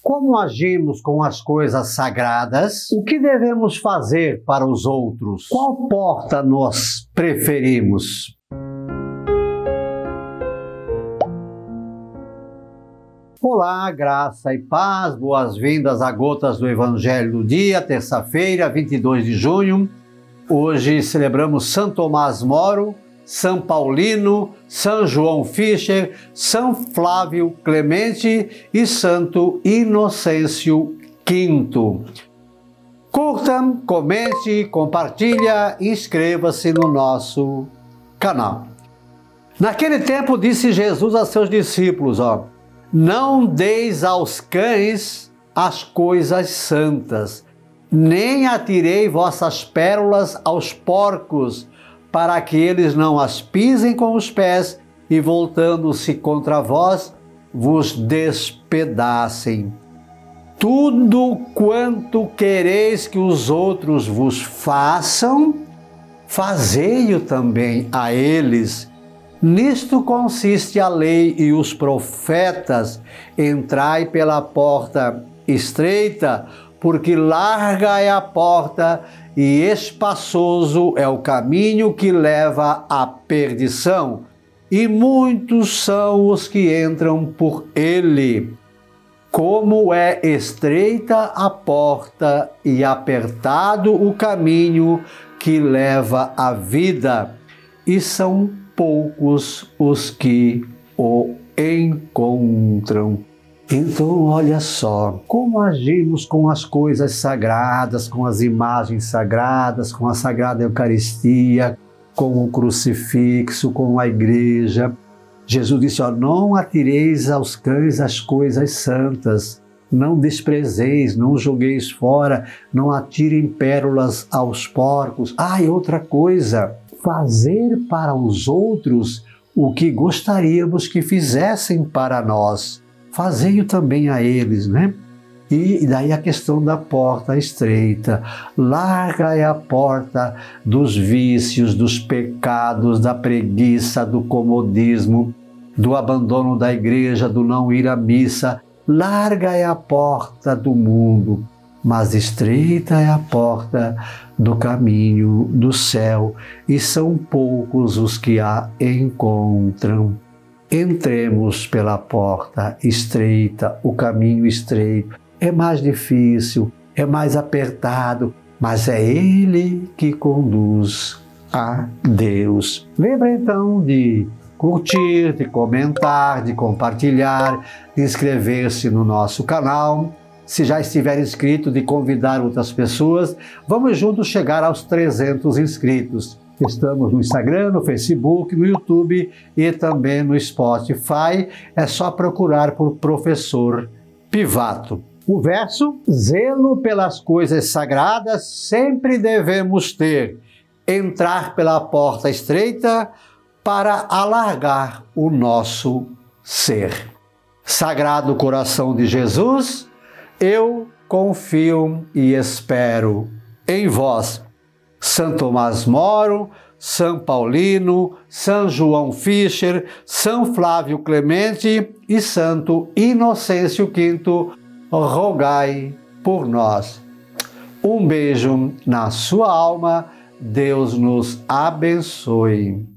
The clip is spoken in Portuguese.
Como agimos com as coisas sagradas? O que devemos fazer para os outros? Qual porta nós preferimos? Olá, graça e paz, boas-vindas a Gotas do Evangelho do Dia, terça-feira, 22 de junho. Hoje celebramos São Tomás Moro, São Paulino, São João Fischer, São Flávio Clemente e Santo Inocêncio V. Curta, comente, compartilha e inscreva-se no nosso canal. Naquele tempo disse Jesus a seus discípulos, não deis aos cães as coisas santas, nem atirei vossas pérolas aos porcos, para que eles não as pisem com os pés e, voltando-se contra vós, vos despedacem. Tudo quanto quereis que os outros vos façam, fazei-o também a eles. Nisto consiste a lei e os profetas. Entrai pela porta estreita, porque larga é a porta e espaçoso é o caminho que leva à perdição, e muitos são os que entram por ele. Como é estreita a porta e apertado o caminho que leva à vida, e são poucos os que o encontram. Então, olha só, como agimos com as coisas sagradas, com as imagens sagradas, com a Sagrada Eucaristia, com o crucifixo, com a igreja. Jesus disse, não atireis aos cães as coisas santas, não desprezeis, não jogueis fora, não atirem pérolas aos porcos. E outra coisa, fazer para os outros o que gostaríamos que fizessem para nós. Fazei-o também a eles, né? E daí a questão da porta estreita. Larga é a porta dos vícios, dos pecados, da preguiça, do comodismo, do abandono da igreja, do não ir à missa. Larga é a porta do mundo, mas estreita é a porta do caminho do céu, e são poucos os que a encontram. Entremos pela porta estreita, o caminho estreito. É mais difícil, é mais apertado, mas é Ele que conduz a Deus. Lembra então de curtir, de comentar, de compartilhar, de inscrever-se no nosso canal. Se já estiver inscrito, de convidar outras pessoas. Vamos juntos chegar aos 300 inscritos. Estamos no Instagram, no Facebook, no YouTube e também no Spotify. É só procurar por Professor Pivato. O verso, zelo pelas coisas sagradas sempre devemos ter. Entrar pela porta estreita para alargar o nosso ser. Sagrado coração de Jesus, eu confio e espero em vós. São Tomás Moro, São Paulino, São João Fischer, São Flávio Clemente e Santo Inocêncio V, rogai por nós. Um beijo na sua alma, Deus nos abençoe.